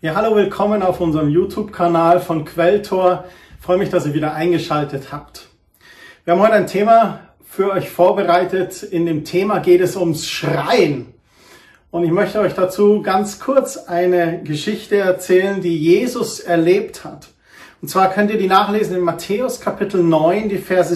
Ja, hallo, willkommen auf unserem YouTube-Kanal von Quelltor. Ich freue mich, dass ihr wieder eingeschaltet habt. Wir haben heute ein Thema für euch vorbereitet. In dem Thema geht es ums Schreien. Und ich möchte euch dazu ganz kurz eine Geschichte erzählen, die Jesus erlebt hat. Und zwar könnt ihr die nachlesen in Matthäus Kapitel 9, die Verse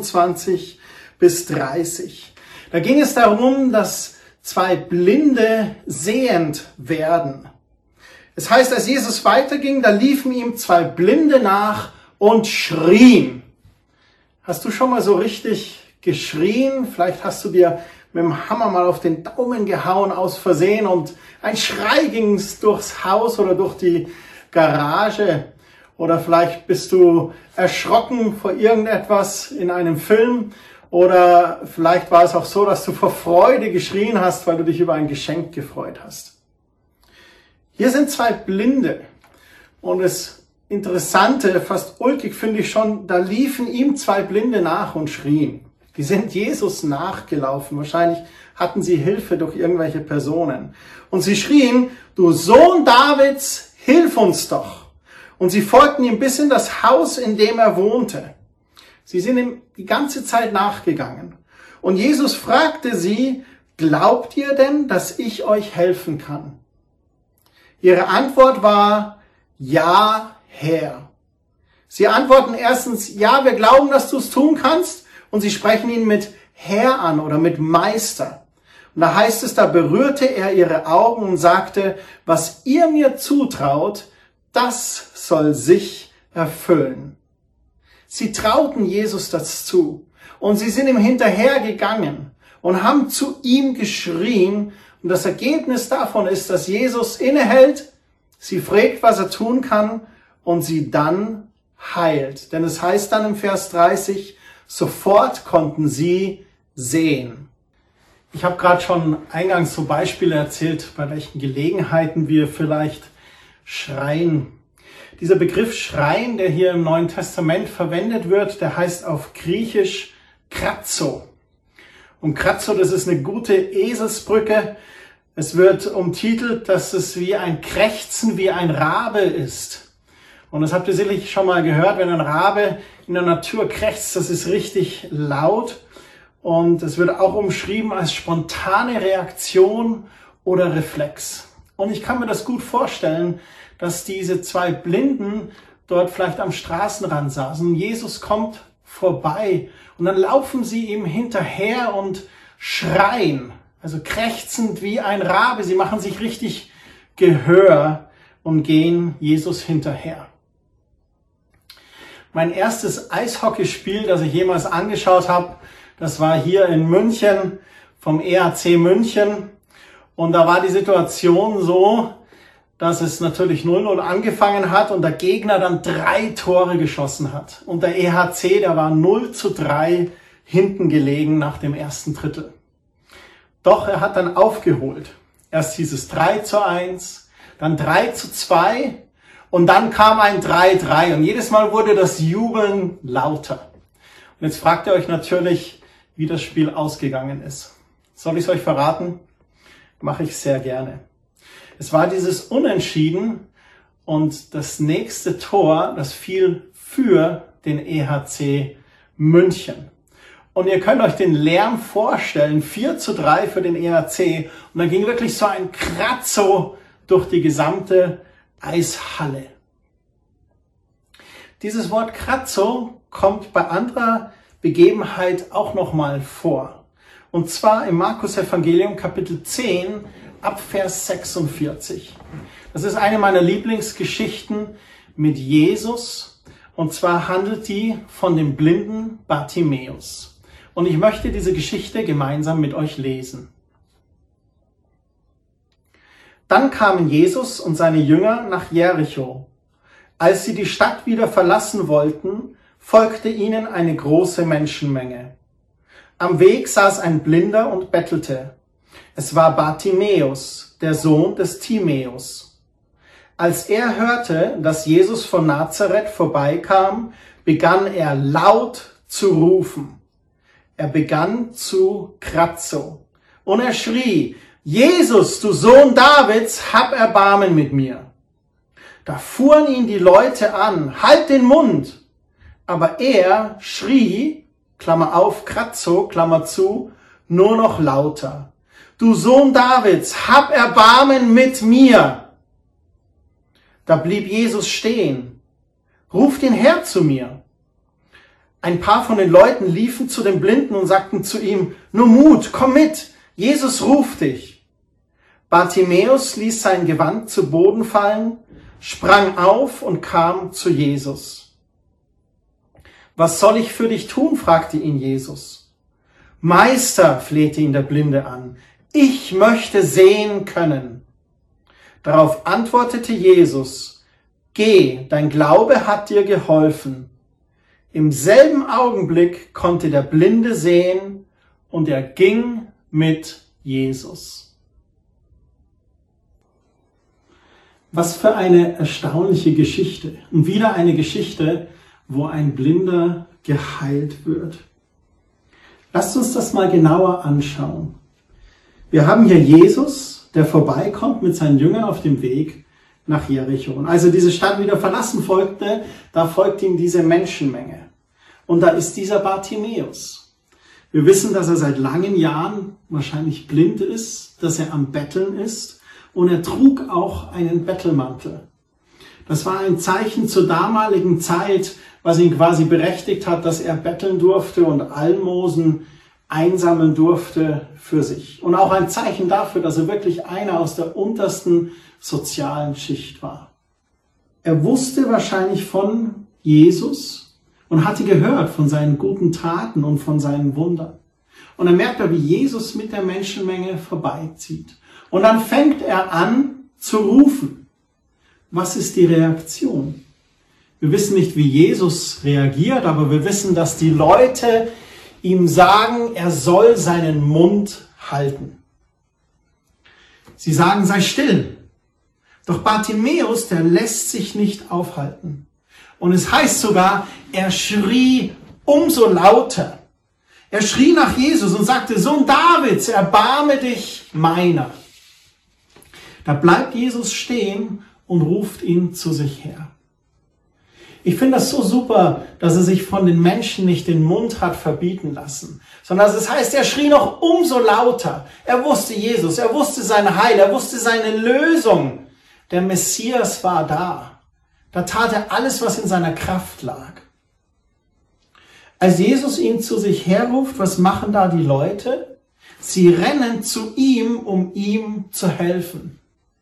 27 bis 30. Da ging es darum, dass zwei Blinde sehend werden. Es heißt, als Jesus weiterging, da liefen ihm zwei Blinde nach und schrien. Hast du schon mal so richtig geschrien? Vielleicht hast du dir mit dem Hammer mal auf den Daumen gehauen aus Versehen und ein Schrei ging durchs Haus oder durch die Garage. Oder vielleicht bist du erschrocken vor irgendetwas in einem Film. Oder vielleicht war es auch so, dass du vor Freude geschrien hast, weil du dich über ein Geschenk gefreut hast. Hier sind zwei Blinde. Und das Interessante, fast ulkig finde ich schon, da liefen ihm zwei Blinde nach und schrien. Die sind Jesus nachgelaufen. Wahrscheinlich hatten sie Hilfe durch irgendwelche Personen. Und sie schrien, du Sohn Davids, hilf uns doch. Und sie folgten ihm bis in das Haus, in dem er wohnte. Sie sind ihm die ganze Zeit nachgegangen. Und Jesus fragte sie, glaubt ihr denn, dass ich euch helfen kann? Ihre Antwort war, ja, Herr. Sie antworten erstens, ja, wir glauben, dass du es tun kannst. Und sie sprechen ihn mit Herr an oder mit Meister. Und da heißt es, da berührte er ihre Augen und sagte, was ihr mir zutraut, das soll sich erfüllen. Sie trauten Jesus das zu. Und sie sind ihm hinterhergegangen und haben zu ihm geschrien. Und das Ergebnis davon ist, dass Jesus innehält, sie fragt, was er tun kann und sie dann heilt. Denn es heißt dann im Vers 30, sofort konnten sie sehen. Ich habe gerade schon eingangs so Beispiele erzählt, bei welchen Gelegenheiten wir vielleicht schreien. Dieser Begriff Schreien, der hier im Neuen Testament verwendet wird, der heißt auf Griechisch Kratzo. Und Kratzo, das ist eine gute Eselsbrücke. Es wird umtitelt, dass es wie ein Krächzen, wie ein Rabe ist. Und das habt ihr sicherlich schon mal gehört, wenn ein Rabe in der Natur krächzt, das ist richtig laut. Und es wird auch umschrieben als spontane Reaktion oder Reflex. Und ich kann mir das gut vorstellen, dass diese zwei Blinden dort vielleicht am Straßenrand saßen. Jesus kommt vorbei und dann laufen sie ihm hinterher und schreien. Also krächzend wie ein Rabe. Sie machen sich richtig Gehör und gehen Jesus hinterher. Mein erstes Eishockeyspiel, das ich jemals angeschaut habe, das war hier in München vom EHC München. Und da war die Situation so, dass es natürlich 0-0 angefangen hat und der Gegner dann 3 Tore geschossen hat. Und der EHC, der war 0-3 hinten gelegen nach dem ersten Drittel. Doch er hat dann aufgeholt. Erst hieß es 3-1, dann 3-2 und dann kam ein 3-3 und jedes Mal wurde das Jubeln lauter. Und jetzt fragt ihr euch natürlich, wie das Spiel ausgegangen ist. Soll ich es euch verraten? Mache ich sehr gerne. Es war dieses Unentschieden und das nächste Tor, das fiel für den EHC München. Und ihr könnt euch den Lärm vorstellen, 4-3 für den EHC. Und dann ging wirklich so ein Kratzo durch die gesamte Eishalle. Dieses Wort Kratzo kommt bei anderer Begebenheit auch nochmal vor. Und zwar im Markus Evangelium Kapitel 10 ab Vers 46. Das ist eine meiner Lieblingsgeschichten mit Jesus. Und zwar handelt die von dem blinden Bartimäus. Und ich möchte diese Geschichte gemeinsam mit euch lesen. Dann kamen Jesus und seine Jünger nach Jericho. Als sie die Stadt wieder verlassen wollten, folgte ihnen eine große Menschenmenge. Am Weg saß ein Blinder und bettelte. Es war Bartimäus, der Sohn des Timäus. Als er hörte, dass Jesus von Nazareth vorbeikam, begann er laut zu rufen. Er begann zu Kratzo. Und er schrie, Jesus, du Sohn Davids, hab Erbarmen mit mir. Da fuhren ihn die Leute an, halt den Mund. Aber er schrie, Klammer auf, Kratzo, Klammer zu, nur noch lauter. Du Sohn Davids, hab Erbarmen mit mir. Da blieb Jesus stehen. Ruft ihn her zu mir. Ein paar von den Leuten liefen zu dem Blinden und sagten zu ihm, nur Mut, komm mit, Jesus ruft dich. Bartimäus ließ sein Gewand zu Boden fallen, sprang auf und kam zu Jesus. Was soll ich für dich tun? Fragte ihn Jesus. Meister, flehte ihn der Blinde an, ich möchte sehen können. Darauf antwortete Jesus, geh, dein Glaube hat dir geholfen. Im selben Augenblick konnte der Blinde sehen und er ging mit Jesus. Was für eine erstaunliche Geschichte. Und wieder eine Geschichte, wo ein Blinder geheilt wird. Lasst uns das mal genauer anschauen. Wir haben hier Jesus, der vorbeikommt mit seinen Jüngern auf dem Weg nach Jericho. Und als er diese Stadt wieder verlassen folgte, da folgt ihm diese Menschenmenge. Und da ist dieser Bartimäus. Wir wissen, dass er seit langen Jahren wahrscheinlich blind ist, dass er am Betteln ist und er trug auch einen Bettelmantel. Das war ein Zeichen zur damaligen Zeit, was ihn quasi berechtigt hat, dass er betteln durfte und Almosen einsammeln durfte für sich. Und auch ein Zeichen dafür, dass er wirklich einer aus der untersten sozialen Schicht war. Er wusste wahrscheinlich von Jesus und hatte gehört von seinen guten Taten und von seinen Wundern. Und er merkt, wie Jesus mit der Menschenmenge vorbeizieht. Und dann fängt er an zu rufen. Was ist die Reaktion? Wir wissen nicht, wie Jesus reagiert, aber wir wissen, dass die Leute ihm sagen, er soll seinen Mund halten. Sie sagen, sei still. Doch Bartimäus, der lässt sich nicht aufhalten. Und es heißt sogar, er schrie umso lauter. Er schrie nach Jesus und sagte, Sohn Davids, erbarme dich meiner. Da bleibt Jesus stehen und ruft ihn zu sich her. Ich finde das so super, dass er sich von den Menschen nicht den Mund hat verbieten lassen, sondern es heißt, er schrie noch umso lauter. Er wusste Jesus, er wusste sein Heil, er wusste seine Lösung. Der Messias war da. Da tat er alles, was in seiner Kraft lag. Als Jesus ihn zu sich herruft, was machen da die Leute? Sie rennen zu ihm, um ihm zu helfen.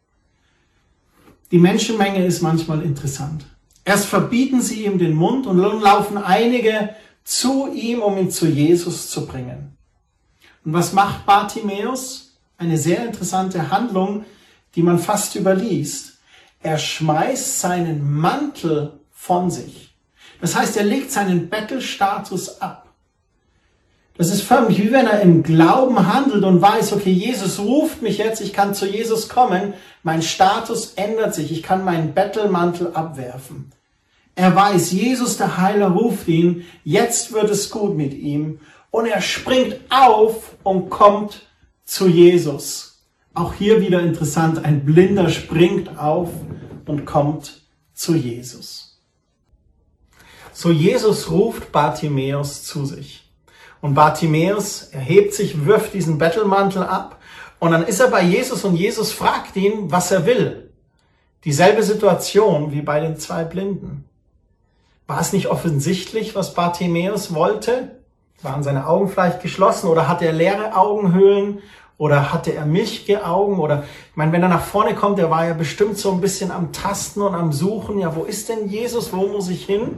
Die Menschenmenge ist manchmal interessant. Erst verbieten sie ihm den Mund und dann laufen einige zu ihm, um ihn zu Jesus zu bringen. Und was macht Bartimäus? Eine sehr interessante Handlung, die man fast überliest. Er schmeißt seinen Mantel von sich. Das heißt, er legt seinen Bettelstatus ab. Das ist förmlich, wie wenn er im Glauben handelt und weiß, okay, Jesus ruft mich jetzt, ich kann zu Jesus kommen, mein Status ändert sich, ich kann meinen Bettelmantel abwerfen. Er weiß, Jesus, der Heiler, ruft ihn, jetzt wird es gut mit ihm und er springt auf und kommt zu Jesus. Auch hier wieder interessant, ein Blinder springt auf und kommt zu Jesus. So, Jesus ruft Bartimäus zu sich. Und Bartimäus erhebt sich, wirft diesen Bettelmantel ab und dann ist er bei Jesus und Jesus fragt ihn, was er will. Dieselbe Situation wie bei den zwei Blinden. War es nicht offensichtlich, was Bartimäus wollte? Waren seine Augen vielleicht geschlossen oder hatte er leere Augenhöhlen oder hatte er milchige Augen? Oder, ich meine, wenn er nach vorne kommt, der war ja bestimmt so ein bisschen am Tasten und am Suchen. Ja, wo ist denn Jesus? Wo muss ich hin?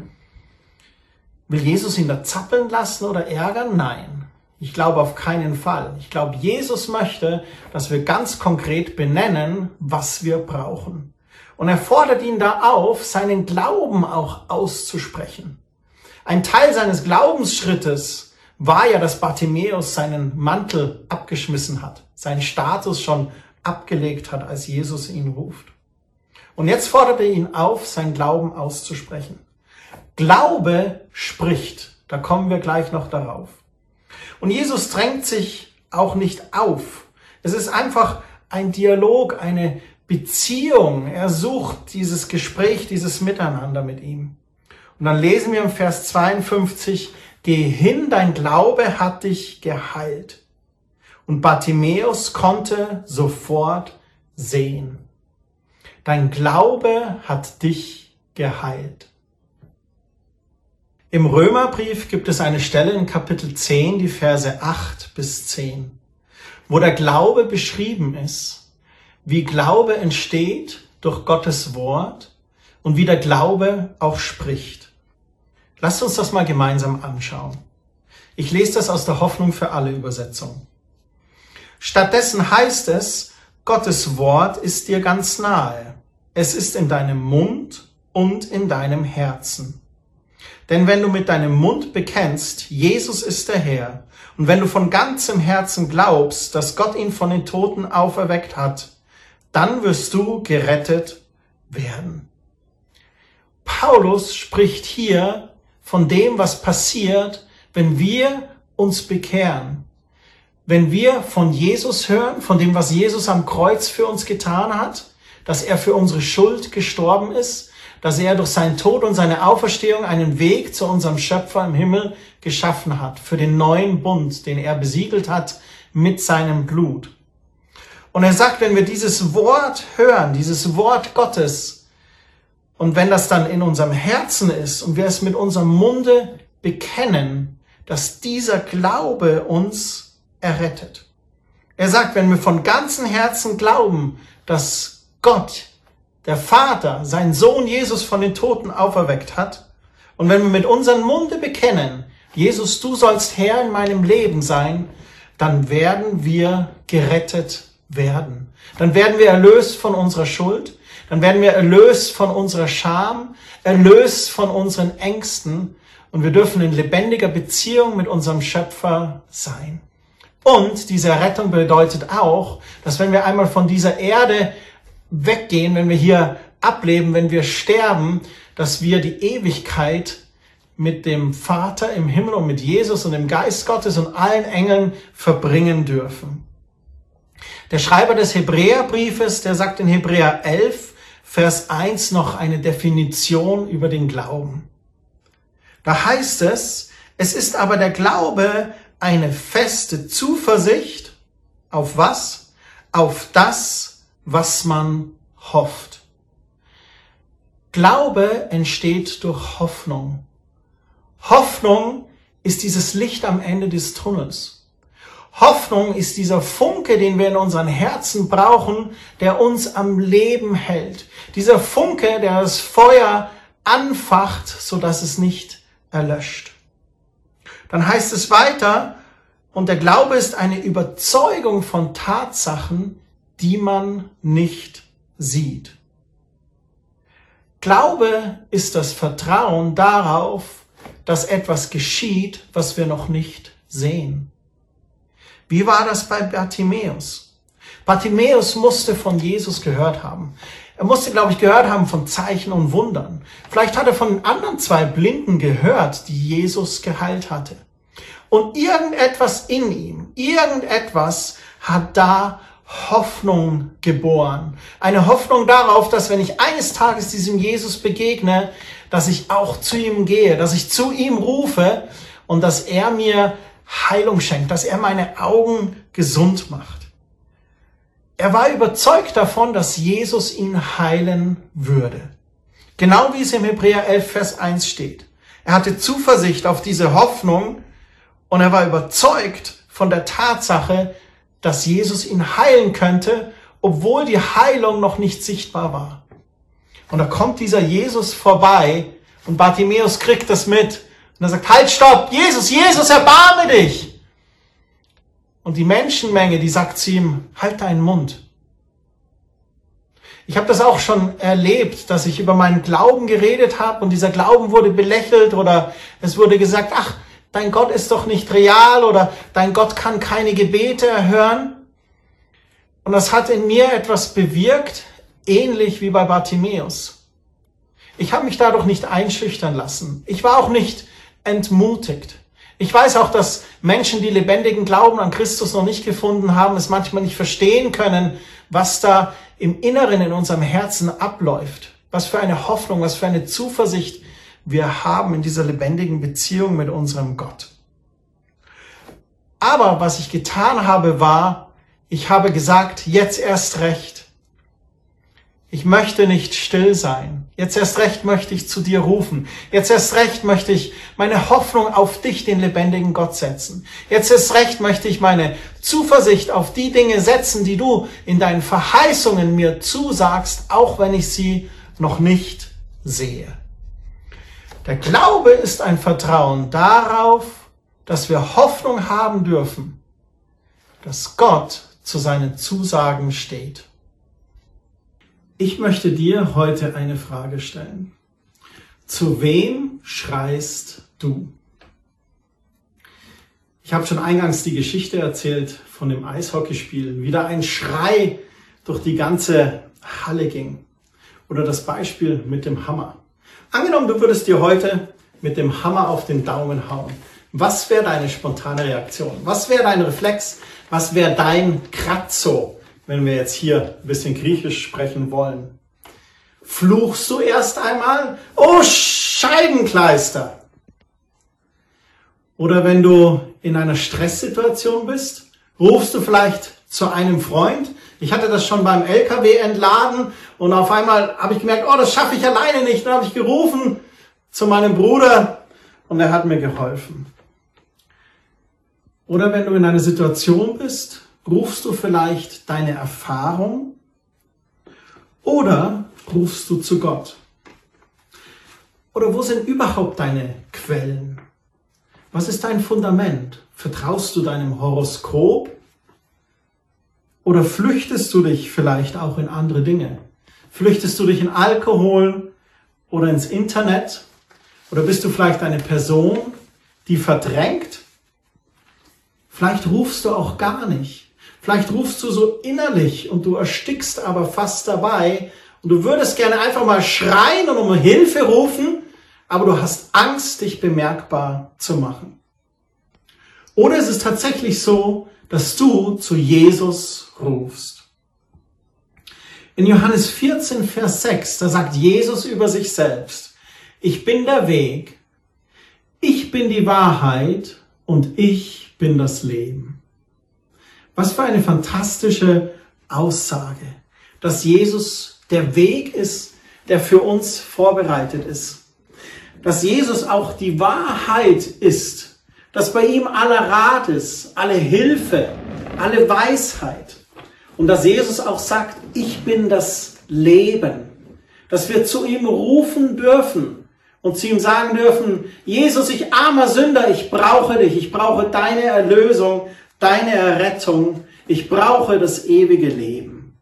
Will Jesus ihn da zappeln lassen oder ärgern? Nein, ich glaube auf keinen Fall. Ich glaube, Jesus möchte, dass wir ganz konkret benennen, was wir brauchen. Und er fordert ihn da auf, seinen Glauben auch auszusprechen. Ein Teil seines Glaubensschrittes war ja, dass Bartimäus seinen Mantel abgeschmissen hat, seinen Status schon abgelegt hat, als Jesus ihn ruft. Und jetzt fordert er ihn auf, seinen Glauben auszusprechen. Glaube spricht. Da kommen wir gleich noch darauf. Und Jesus drängt sich auch nicht auf. Es ist einfach ein Dialog, eine Beziehung. Er sucht dieses Gespräch, dieses Miteinander mit ihm. Und dann lesen wir im Vers 52, geh hin, dein Glaube hat dich geheilt. Und Bartimäus konnte sofort sehen. Dein Glaube hat dich geheilt. Im Römerbrief gibt es eine Stelle in Kapitel 10, die Verse 8 bis 10, wo der Glaube beschrieben ist, wie Glaube entsteht durch Gottes Wort und wie der Glaube auch spricht. Lasst uns das mal gemeinsam anschauen. Ich lese das aus der Hoffnung für alle Übersetzung. Stattdessen heißt es, Gottes Wort ist dir ganz nahe. Es ist in deinem Mund und in deinem Herzen. Denn wenn du mit deinem Mund bekennst, Jesus ist der Herr, und wenn du von ganzem Herzen glaubst, dass Gott ihn von den Toten auferweckt hat, dann wirst du gerettet werden. Paulus spricht hier von dem, was passiert, wenn wir uns bekehren. Wenn wir von Jesus hören, von dem, was Jesus am Kreuz für uns getan hat, dass er für unsere Schuld gestorben ist, dass er durch seinen Tod und seine Auferstehung einen Weg zu unserem Schöpfer im Himmel geschaffen hat, für den neuen Bund, den er besiegelt hat mit seinem Blut. Und er sagt, wenn wir dieses Wort hören, dieses Wort Gottes, und wenn das dann in unserem Herzen ist und wir es mit unserem Munde bekennen, dass dieser Glaube uns errettet. Er sagt, wenn wir von ganzem Herzen glauben, dass Gott, der Vater, seinen Sohn Jesus von den Toten auferweckt hat, und wenn wir mit unserem Munde bekennen, Jesus, du sollst Herr in meinem Leben sein, dann werden wir gerettet werden. Dann werden wir erlöst von unserer Schuld, dann werden wir erlöst von unserer Scham, erlöst von unseren Ängsten, und wir dürfen in lebendiger Beziehung mit unserem Schöpfer sein. Und diese Rettung bedeutet auch, dass wenn wir einmal von dieser Erde weggehen, wenn wir hier ableben, wenn wir sterben, dass wir die Ewigkeit mit dem Vater im Himmel und mit Jesus und dem Geist Gottes und allen Engeln verbringen dürfen. Der Schreiber des Hebräerbriefes, der sagt in Hebräer 11, Vers 1 noch eine Definition über den Glauben. Da heißt es, es ist aber der Glaube eine feste Zuversicht, auf was? Auf das, was man hofft. Glaube entsteht durch Hoffnung. Hoffnung ist dieses Licht am Ende des Tunnels. Hoffnung ist dieser Funke, den wir in unseren Herzen brauchen, der uns am Leben hält. Dieser Funke, der das Feuer anfacht, sodass es nicht erlöscht. Dann heißt es weiter, und der Glaube ist eine Überzeugung von Tatsachen, die man nicht sieht. Glaube ist das Vertrauen darauf, dass etwas geschieht, was wir noch nicht sehen. Wie war das bei Bartimäus? Bartimäus musste von Jesus gehört haben. Er musste, glaube ich, gehört haben von Zeichen und Wundern. Vielleicht hat er von den anderen 2 Blinden gehört, die Jesus geheilt hatte. Und irgendetwas in ihm, irgendetwas hat da Hoffnung geboren. Eine Hoffnung darauf, dass wenn ich eines Tages diesem Jesus begegne, dass ich auch zu ihm gehe, dass ich zu ihm rufe und dass er mir Heilung schenkt, dass er meine Augen gesund macht. Er war überzeugt davon, dass Jesus ihn heilen würde. Genau wie es im Hebräer 11, Vers 1 steht. Er hatte Zuversicht auf diese Hoffnung und er war überzeugt von der Tatsache, dass Jesus ihn heilen könnte, obwohl die Heilung noch nicht sichtbar war. Und da kommt dieser Jesus vorbei und Bartimäus kriegt das mit. Und er sagt, halt, stopp, Jesus, Jesus, erbarme dich. Und die Menschenmenge, die sagt zu ihm, halt deinen Mund. Ich habe das auch schon erlebt, dass ich über meinen Glauben geredet habe und dieser Glauben wurde belächelt oder es wurde gesagt, ach, dein Gott ist doch nicht real oder dein Gott kann keine Gebete erhören. Und das hat in mir etwas bewirkt, ähnlich wie bei Bartimäus. Ich habe mich dadurch nicht einschüchtern lassen. Ich war auch nicht entmutigt. Ich weiß auch, dass Menschen, die lebendigen Glauben an Christus noch nicht gefunden haben, es manchmal nicht verstehen können, was da im Inneren in unserem Herzen abläuft. Was für eine Hoffnung, was für eine Zuversicht wir haben in dieser lebendigen Beziehung mit unserem Gott. Aber was ich getan habe, war, ich habe gesagt, jetzt erst recht. Ich möchte nicht still sein. Jetzt erst recht möchte ich zu dir rufen. Jetzt erst recht möchte ich meine Hoffnung auf dich, den lebendigen Gott, setzen. Jetzt erst recht möchte ich meine Zuversicht auf die Dinge setzen, die du in deinen Verheißungen mir zusagst, auch wenn ich sie noch nicht sehe. Der Glaube ist ein Vertrauen darauf, dass wir Hoffnung haben dürfen, dass Gott zu seinen Zusagen steht. Ich möchte dir heute eine Frage stellen. Zu wem schreist du? Ich habe schon eingangs die Geschichte erzählt von dem Eishockeyspiel, wie da ein Schrei durch die ganze Halle ging. Oder das Beispiel mit dem Hammer. Angenommen, du würdest dir heute mit dem Hammer auf den Daumen hauen. Was wäre deine spontane Reaktion? Was wäre dein Reflex? Was wäre dein Kratzo, wenn wir jetzt hier ein bisschen Griechisch sprechen wollen? Fluchst du erst einmal? Oh, Scheibenkleister! Oder wenn du in einer Stresssituation bist, rufst du vielleicht zu einem Freund? Ich hatte das schon beim LKW entladen und auf einmal habe ich gemerkt, oh, das schaffe ich alleine nicht. Dann habe ich gerufen zu meinem Bruder und er hat mir geholfen. Oder wenn du in einer Situation bist, rufst du vielleicht deine Erfahrung oder rufst du zu Gott? Oder wo sind überhaupt deine Quellen? Was ist dein Fundament? Vertraust du deinem Horoskop? Oder flüchtest du dich vielleicht auch in andere Dinge? Flüchtest du dich in Alkohol oder ins Internet? Oder bist du vielleicht eine Person, die verdrängt? Vielleicht rufst du auch gar nicht. Vielleicht rufst du so innerlich und du erstickst aber fast dabei und du würdest gerne einfach mal schreien und um Hilfe rufen, aber du hast Angst, dich bemerkbar zu machen. Oder ist es tatsächlich so, dass du zu Jesus rufst? In Johannes 14, Vers 6, da sagt Jesus über sich selbst, ich bin der Weg, ich bin die Wahrheit und ich bin das Leben. Was für eine fantastische Aussage, dass Jesus der Weg ist, der für uns vorbereitet ist. Dass Jesus auch die Wahrheit ist, dass bei ihm aller Rat ist, alle Hilfe, alle Weisheit. Und dass Jesus auch sagt, ich bin das Leben. Dass wir zu ihm rufen dürfen und zu ihm sagen dürfen, Jesus, ich armer Sünder, ich brauche dich, ich brauche deine Erlösung, deine Errettung, ich brauche das ewige Leben.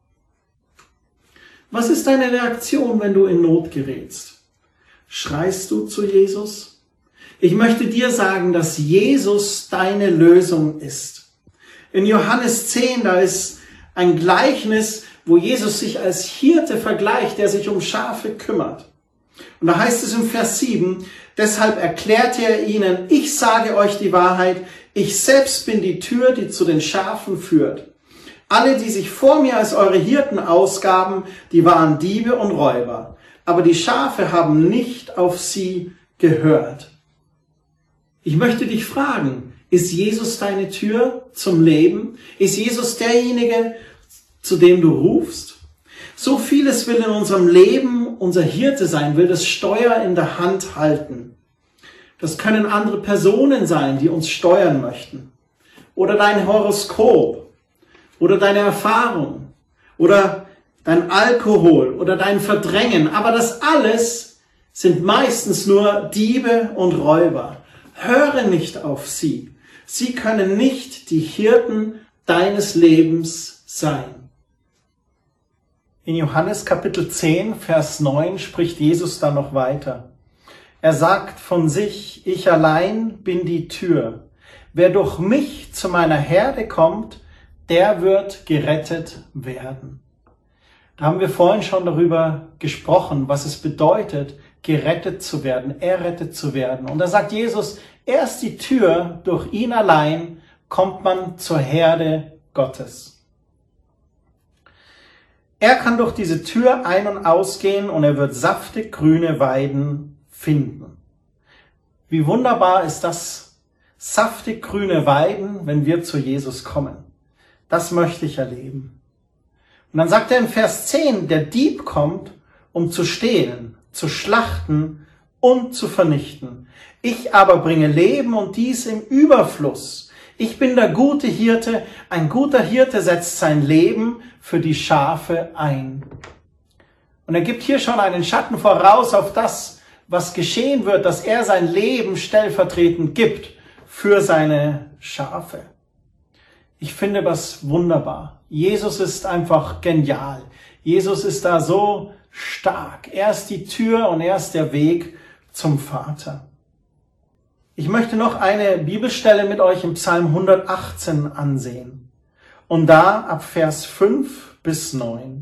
Was ist deine Reaktion, wenn du in Not gerätst? Schreist du zu Jesus? Ich möchte dir sagen, dass Jesus deine Lösung ist. In Johannes 10, da ist ein Gleichnis, wo Jesus sich als Hirte vergleicht, der sich um Schafe kümmert. Und da heißt es im Vers 7, deshalb erklärte er ihnen, ich sage euch die Wahrheit, ich selbst bin die Tür, die zu den Schafen führt. Alle, die sich vor mir als eure Hirten ausgaben, die waren Diebe und Räuber. Aber die Schafe haben nicht auf sie gehört. Ich möchte dich fragen, ist Jesus deine Tür zum Leben? Ist Jesus derjenige, zu dem du rufst? So vieles will in unserem Leben unser Hirte sein, will das Steuer in der Hand halten. Das können andere Personen sein, die uns steuern möchten. Oder dein Horoskop. Oder deine Erfahrung. Oder dein Alkohol. Oder dein Verdrängen. Aber das alles sind meistens nur Diebe und Räuber. Höre nicht auf sie. Sie können nicht die Hirten deines Lebens sein. In Johannes Kapitel 10, Vers 9 spricht Jesus dann noch weiter. Er sagt von sich, ich allein bin die Tür. Wer durch mich zu meiner Herde kommt, der wird gerettet werden. Da haben wir vorhin schon darüber gesprochen, was es bedeutet, gerettet zu werden, errettet zu werden. Und da sagt Jesus, er ist die Tür, durch ihn allein kommt man zur Herde Gottes. Er kann durch diese Tür ein- und ausgehen und er wird saftig grüne Weiden finden. Wie wunderbar ist das, saftig grüne Weiden, wenn wir zu Jesus kommen. Das möchte ich erleben. Und dann sagt er in Vers 10, der Dieb kommt, um zu stehlen, zu schlachten und zu vernichten. Ich aber bringe Leben und dies im Überfluss. Ich bin der gute Hirte. Ein guter Hirte setzt sein Leben für die Schafe ein. Und er gibt hier schon einen Schatten voraus auf das, was geschehen wird, dass er sein Leben stellvertretend gibt für seine Schafe. Ich finde das wunderbar. Jesus ist einfach genial. Jesus ist da so stark. Er ist die Tür und er ist der Weg zum Vater. Ich möchte noch eine Bibelstelle mit euch im Psalm 118 ansehen. Und da ab Vers 5 bis 9.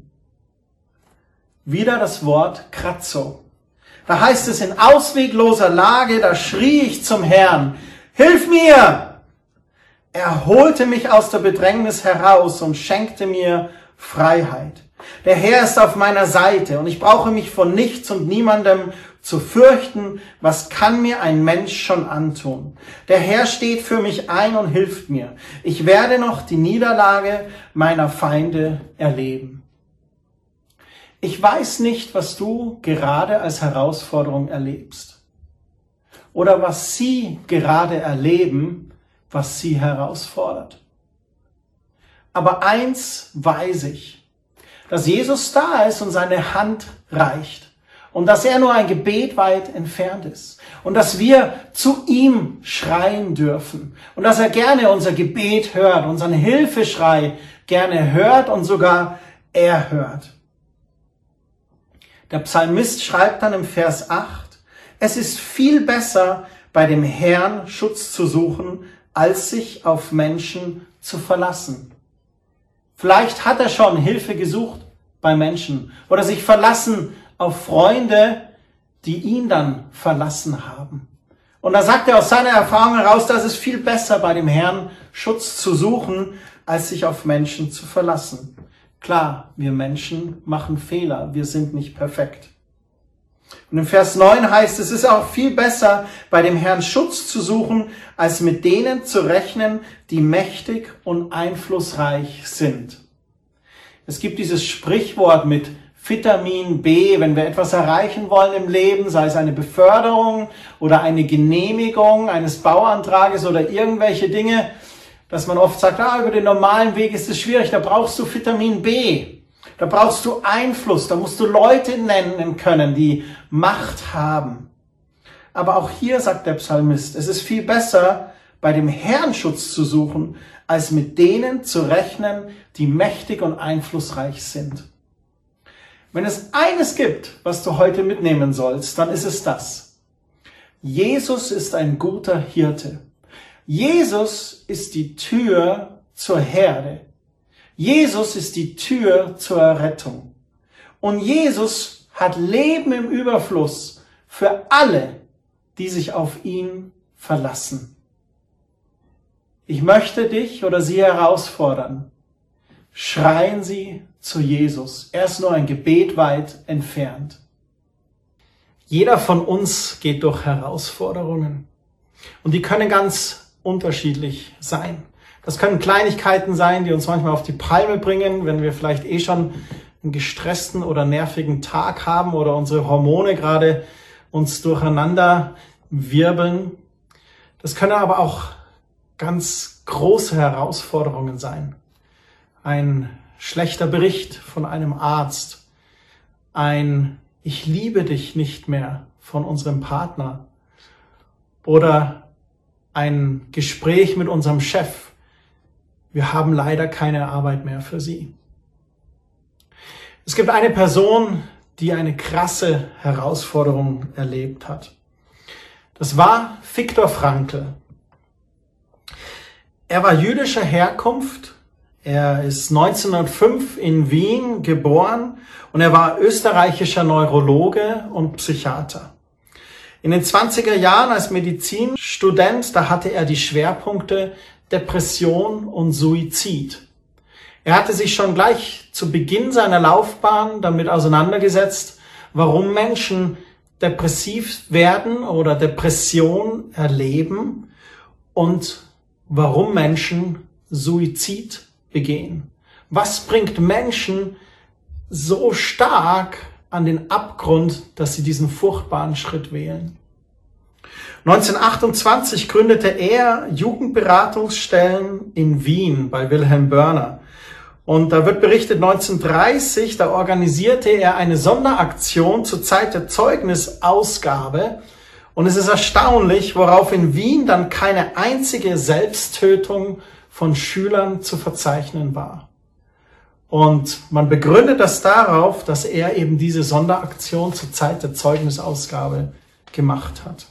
Wieder das Wort Kratzo. Da heißt es, in auswegloser Lage, da schrie ich zum Herrn, hilf mir! Er holte mich aus der Bedrängnis heraus und schenkte mir Freiheit. Der Herr ist auf meiner Seite und ich brauche mich vor nichts und niemandem zu fürchten. Was kann mir ein Mensch schon antun? Der Herr steht für mich ein und hilft mir. Ich werde noch die Niederlage meiner Feinde erleben. Ich weiß nicht, was du gerade als Herausforderung erlebst oder was sie gerade erleben, was sie herausfordert. Aber eins weiß ich, dass Jesus da ist und seine Hand reicht und dass er nur ein Gebet weit entfernt ist und dass wir zu ihm schreien dürfen und dass er gerne unser Gebet hört, unseren Hilfeschrei gerne hört und sogar erhört. Der Psalmist schreibt dann im Vers 8, es ist viel besser, bei dem Herrn Schutz zu suchen, als sich auf Menschen zu verlassen. Vielleicht hat er schon Hilfe gesucht bei Menschen oder sich verlassen auf Freunde, die ihn dann verlassen haben. Und da sagt er aus seiner Erfahrung heraus, dass es viel besser bei dem Herrn Schutz zu suchen, als sich auf Menschen zu verlassen. Klar, wir Menschen machen Fehler, wir sind nicht perfekt. Und im Vers 9 heißt es, ist auch viel besser, bei dem Herrn Schutz zu suchen, als mit denen zu rechnen, die mächtig und einflussreich sind. Es gibt dieses Sprichwort mit Vitamin B, wenn wir etwas erreichen wollen im Leben, sei es eine Beförderung oder eine Genehmigung eines Bauantrages oder irgendwelche Dinge, dass man oft sagt, über den normalen Weg ist es schwierig, da brauchst du Vitamin B. Da brauchst du Einfluss, da musst du Leute nennen können, die Macht haben. Aber auch hier sagt der Psalmist, es ist viel besser, bei dem Herrn Schutz zu suchen, als mit denen zu rechnen, die mächtig und einflussreich sind. Wenn es eines gibt, was du heute mitnehmen sollst, dann ist es das. Jesus ist ein guter Hirte. Jesus ist die Tür zur Herde. Jesus ist die Tür zur Errettung. Und Jesus hat Leben im Überfluss für alle, die sich auf ihn verlassen. Ich möchte dich oder sie herausfordern. Schreien Sie zu Jesus. Er ist nur ein Gebet weit entfernt. Jeder von uns geht durch Herausforderungen. Und die können ganz unterschiedlich sein. Das können Kleinigkeiten sein, die uns manchmal auf die Palme bringen, wenn wir vielleicht schon einen gestressten oder nervigen Tag haben oder unsere Hormone gerade uns durcheinander wirbeln. Das können aber auch ganz große Herausforderungen sein. Ein schlechter Bericht von einem Arzt, ein Ich liebe dich nicht mehr von unserem Partner oder ein Gespräch mit unserem Chef. Wir haben leider keine Arbeit mehr für Sie. Es gibt eine Person, die eine krasse Herausforderung erlebt hat. Das war Viktor Frankl. Er war jüdischer Herkunft. Er ist 1905 in Wien geboren und er war österreichischer Neurologe und Psychiater. In den 20er Jahren als Medizinstudent, da hatte er die Schwerpunkte Depression und Suizid. Er hatte sich schon gleich zu Beginn seiner Laufbahn damit auseinandergesetzt, warum Menschen depressiv werden oder Depression erleben und warum Menschen Suizid begehen. Was bringt Menschen so stark an den Abgrund, dass sie diesen furchtbaren Schritt wählen? 1928 gründete er Jugendberatungsstellen in Wien bei Wilhelm Börner. Und da wird berichtet, 1930, da organisierte er eine Sonderaktion zur Zeit der Zeugnisausgabe. Und es ist erstaunlich, worauf in Wien dann keine einzige Selbsttötung von Schülern zu verzeichnen war. Und man begründet das darauf, dass er eben diese Sonderaktion zur Zeit der Zeugnisausgabe gemacht hat.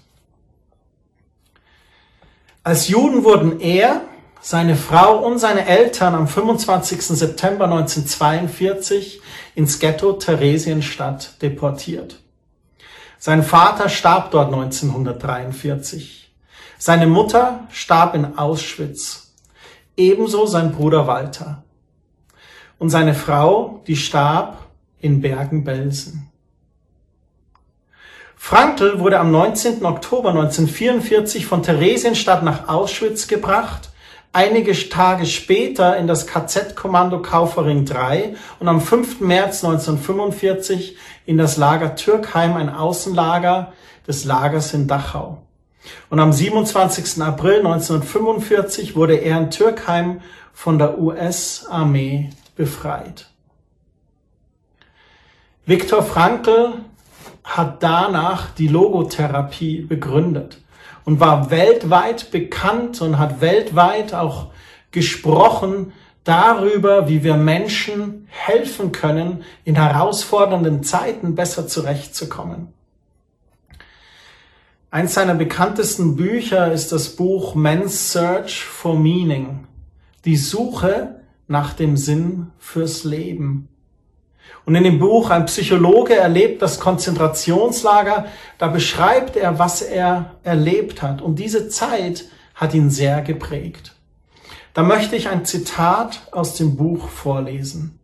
Als Juden wurden er, seine Frau und seine Eltern am 25. September 1942 ins Ghetto Theresienstadt deportiert. Sein Vater starb dort 1943. Seine Mutter starb in Auschwitz. Ebenso sein Bruder Walter. Und seine Frau, die starb in Bergen-Belsen. Frankl wurde am 19. Oktober 1944 von Theresienstadt nach Auschwitz gebracht, einige Tage später in das KZ-Kommando Kaufering III und am 5. März 1945 in das Lager Türkheim, ein Außenlager des Lagers in Dachau. Und am 27. April 1945 wurde er in Türkheim von der US-Armee befreit. Viktor Frankl hat danach die Logotherapie begründet und war weltweit bekannt und hat weltweit auch gesprochen darüber, wie wir Menschen helfen können, in herausfordernden Zeiten besser zurechtzukommen. Eins seiner bekanntesten Bücher ist das Buch Men's Search for Meaning, die Suche nach dem Sinn fürs Leben. Und in dem Buch Ein Psychologe erlebt das Konzentrationslager, da beschreibt er, was er erlebt hat. Und diese Zeit hat ihn sehr geprägt. Da möchte ich ein Zitat aus dem Buch vorlesen.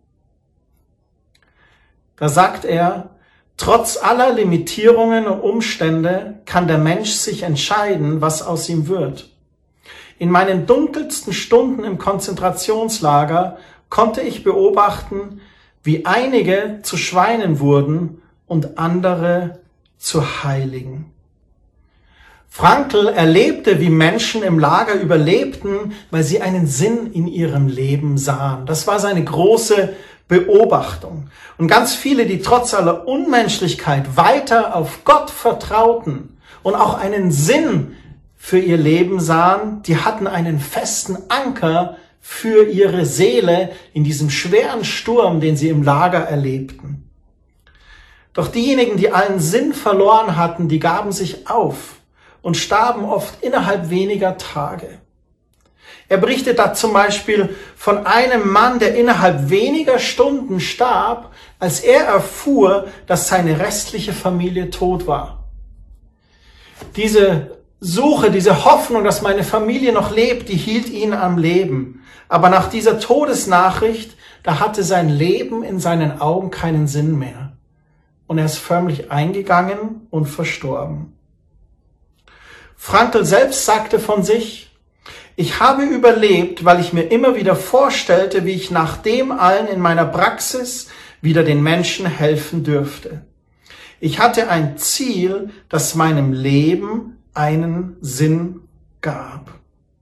Da sagt er: Trotz aller Limitierungen und Umstände kann der Mensch sich entscheiden, was aus ihm wird. In meinen dunkelsten Stunden im Konzentrationslager konnte ich beobachten, wie einige zu Schweinen wurden und andere zu Heiligen. Frankl erlebte, wie Menschen im Lager überlebten, weil sie einen Sinn in ihrem Leben sahen. Das war seine große Beobachtung. Und ganz viele, die trotz aller Unmenschlichkeit weiter auf Gott vertrauten und auch einen Sinn für ihr Leben sahen, die hatten einen festen Anker für ihre Seele in diesem schweren Sturm, den sie im Lager erlebten. Doch diejenigen, die allen Sinn verloren hatten, die gaben sich auf und starben oft innerhalb weniger Tage. Er berichtet da zum Beispiel von einem Mann, der innerhalb weniger Stunden starb, als er erfuhr, dass seine restliche Familie tot war. Diese Suche, diese Hoffnung, dass meine Familie noch lebt, die hielt ihn am Leben. Aber nach dieser Todesnachricht, da hatte sein Leben in seinen Augen keinen Sinn mehr. Und er ist förmlich eingegangen und verstorben. Frankl selbst sagte von sich: Ich habe überlebt, weil ich mir immer wieder vorstellte, wie ich nach dem allen in meiner Praxis wieder den Menschen helfen dürfte. Ich hatte ein Ziel, das meinem Leben einen Sinn gab.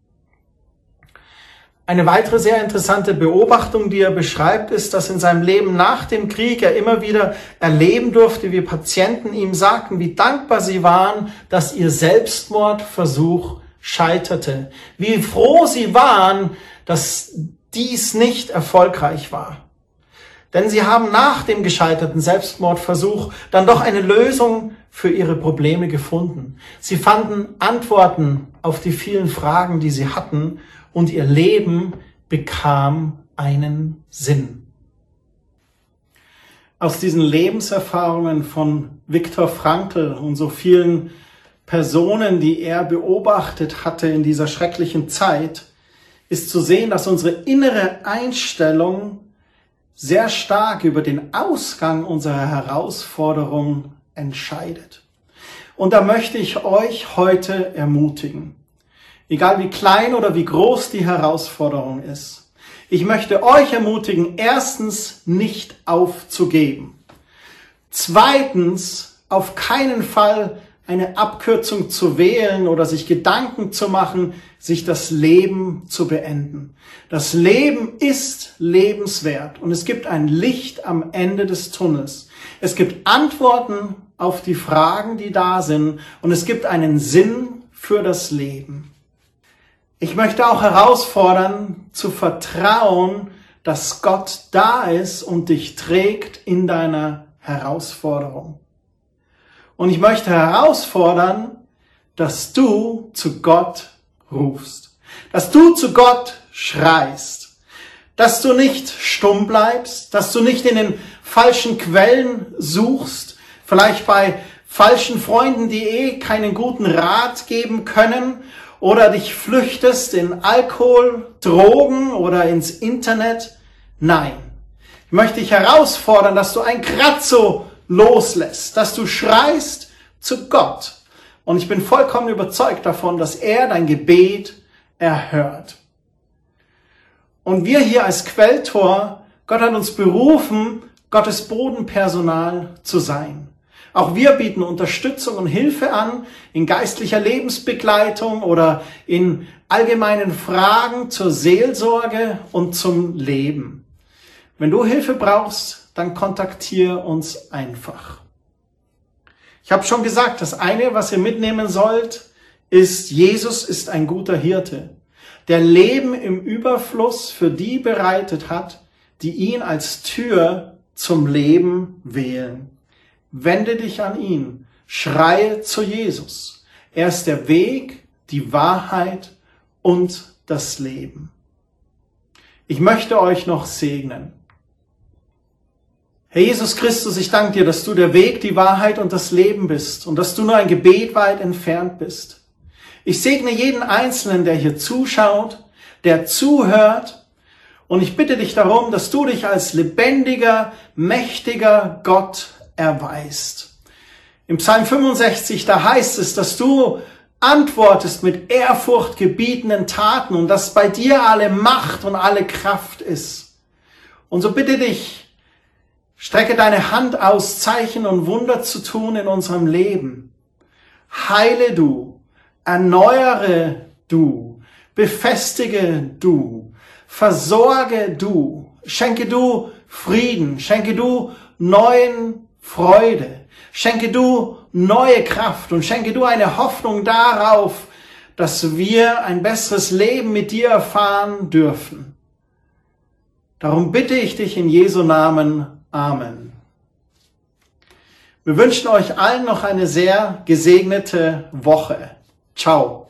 Eine weitere sehr interessante Beobachtung, die er beschreibt, ist, dass in seinem Leben nach dem Krieg er immer wieder erleben durfte, wie Patienten ihm sagten, wie dankbar sie waren, dass ihr Selbstmordversuch scheiterte. Wie froh sie waren, dass dies nicht erfolgreich war. Denn sie haben nach dem gescheiterten Selbstmordversuch dann doch eine Lösung für ihre Probleme gefunden. Sie fanden Antworten auf die vielen Fragen, die sie hatten, und ihr Leben bekam einen Sinn. Aus diesen Lebenserfahrungen von Viktor Frankl und so vielen Personen, die er beobachtet hatte in dieser schrecklichen Zeit, ist zu sehen, dass unsere innere Einstellung sehr stark über den Ausgang unserer Herausforderung entscheidet. Und da möchte ich euch heute ermutigen, egal wie klein oder wie groß die Herausforderung ist, ich möchte euch ermutigen, erstens nicht aufzugeben. Zweitens, auf keinen Fall eine Abkürzung zu wählen oder sich Gedanken zu machen, sich das Leben zu beenden. Das Leben ist lebenswert und es gibt ein Licht am Ende des Tunnels. Es gibt Antworten auf die Fragen, die da sind, und es gibt einen Sinn für das Leben. Ich möchte auch herausfordern, zu vertrauen, dass Gott da ist und dich trägt in deiner Herausforderung. Und ich möchte herausfordern, dass du zu Gott rufst, dass du zu Gott schreist, dass du nicht stumm bleibst, dass du nicht in den falschen Quellen suchst, vielleicht bei falschen Freunden, die keinen guten Rat geben können, oder dich flüchtest in Alkohol, Drogen oder ins Internet. Nein, ich möchte dich herausfordern, dass du ein Kratzo loslässt, dass du schreist zu Gott. Und ich bin vollkommen überzeugt davon, dass er dein Gebet erhört. Und wir hier als Quelltor, Gott hat uns berufen, Gottes Bodenpersonal zu sein. Auch wir bieten Unterstützung und Hilfe an in geistlicher Lebensbegleitung oder in allgemeinen Fragen zur Seelsorge und zum Leben. Wenn du Hilfe brauchst, dann kontaktiere uns einfach. Ich habe schon gesagt, das eine, was ihr mitnehmen sollt, ist, Jesus ist ein guter Hirte, der Leben im Überfluss für die bereitet hat, die ihn als Tür zum Leben wählen. Wende dich an ihn, schreie zu Jesus. Er ist der Weg, die Wahrheit und das Leben. Ich möchte euch noch segnen. Herr Jesus Christus, ich danke dir, dass du der Weg, die Wahrheit und das Leben bist und dass du nur ein Gebet weit entfernt bist. Ich segne jeden Einzelnen, der hier zuschaut, der zuhört, und ich bitte dich darum, dass du dich als lebendiger, mächtiger Gott erweist. Im Psalm 65, da heißt es, dass du antwortest mit ehrfurchtgebietenden Taten und dass bei dir alle Macht und alle Kraft ist. Und so bitte dich, strecke deine Hand aus, Zeichen und Wunder zu tun in unserem Leben. Heile du, erneuere du, befestige du, versorge du, schenke du Frieden, schenke du neuen Freude, schenke du neue Kraft und schenke du eine Hoffnung darauf, dass wir ein besseres Leben mit dir erfahren dürfen. Darum bitte ich dich in Jesu Namen. Amen. Wir wünschen euch allen noch eine sehr gesegnete Woche. Ciao.